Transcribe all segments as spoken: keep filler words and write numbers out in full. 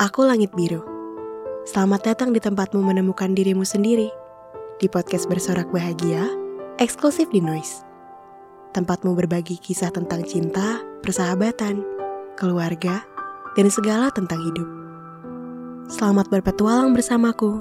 Aku Langit Biru. Selamat datang di tempatmu menemukan dirimu sendiri. Di podcast Bersorak Bahagia, eksklusif di Noise. Tempatmu berbagi kisah tentang cinta, persahabatan, keluarga, dan segala tentang hidup. Selamat berpetualang bersamaku.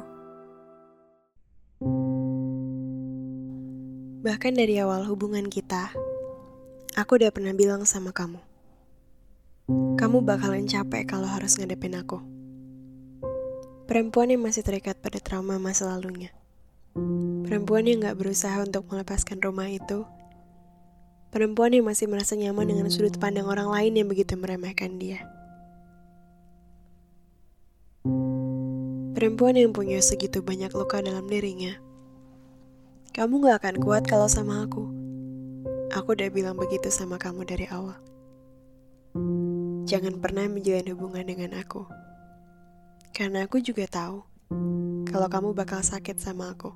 Bahkan dari awal hubungan kita, aku udah pernah bilang sama kamu, kamu bakalan capek kalau harus ngadepin aku. Perempuan yang masih terikat pada trauma masa lalunya. Perempuan yang gak berusaha untuk melepaskan rumah itu. Perempuan yang masih merasa nyaman dengan sudut pandang orang lain yang begitu meremehkan dia. Perempuan yang punya segitu banyak luka dalam dirinya. Kamu gak akan kuat kalau sama aku. Aku udah bilang begitu sama kamu dari awal. Jangan pernah menjalin hubungan dengan aku. Karena aku juga tahu kalau kamu bakal sakit sama aku.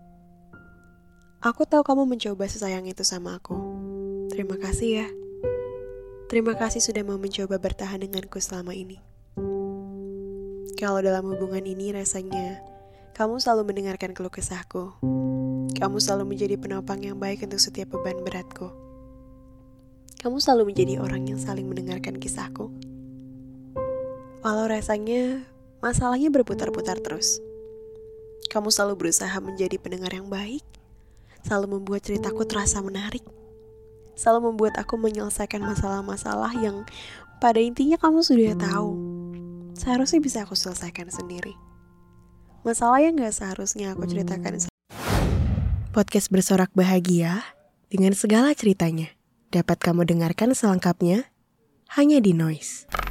Aku tahu kamu mencoba sesayang itu sama aku. Terima kasih ya. Terima kasih sudah mau mencoba bertahan denganku selama ini. Kalau dalam hubungan ini rasanya kamu selalu mendengarkan keluh kesahku. Kamu selalu menjadi penopang yang baik untuk setiap beban beratku. Kamu selalu menjadi orang yang saling mendengarkan kisahku. Walau rasanya masalahnya berputar-putar terus. Kamu selalu berusaha menjadi pendengar yang baik, selalu membuat ceritaku terasa menarik, selalu membuat aku menyelesaikan masalah-masalah yang pada intinya kamu sudah tahu. Seharusnya bisa aku selesaikan sendiri. Masalah yang gak seharusnya aku ceritakan. Podcast Bersorak Bahagia dengan segala ceritanya dapat kamu dengarkan selengkapnya hanya di Noise.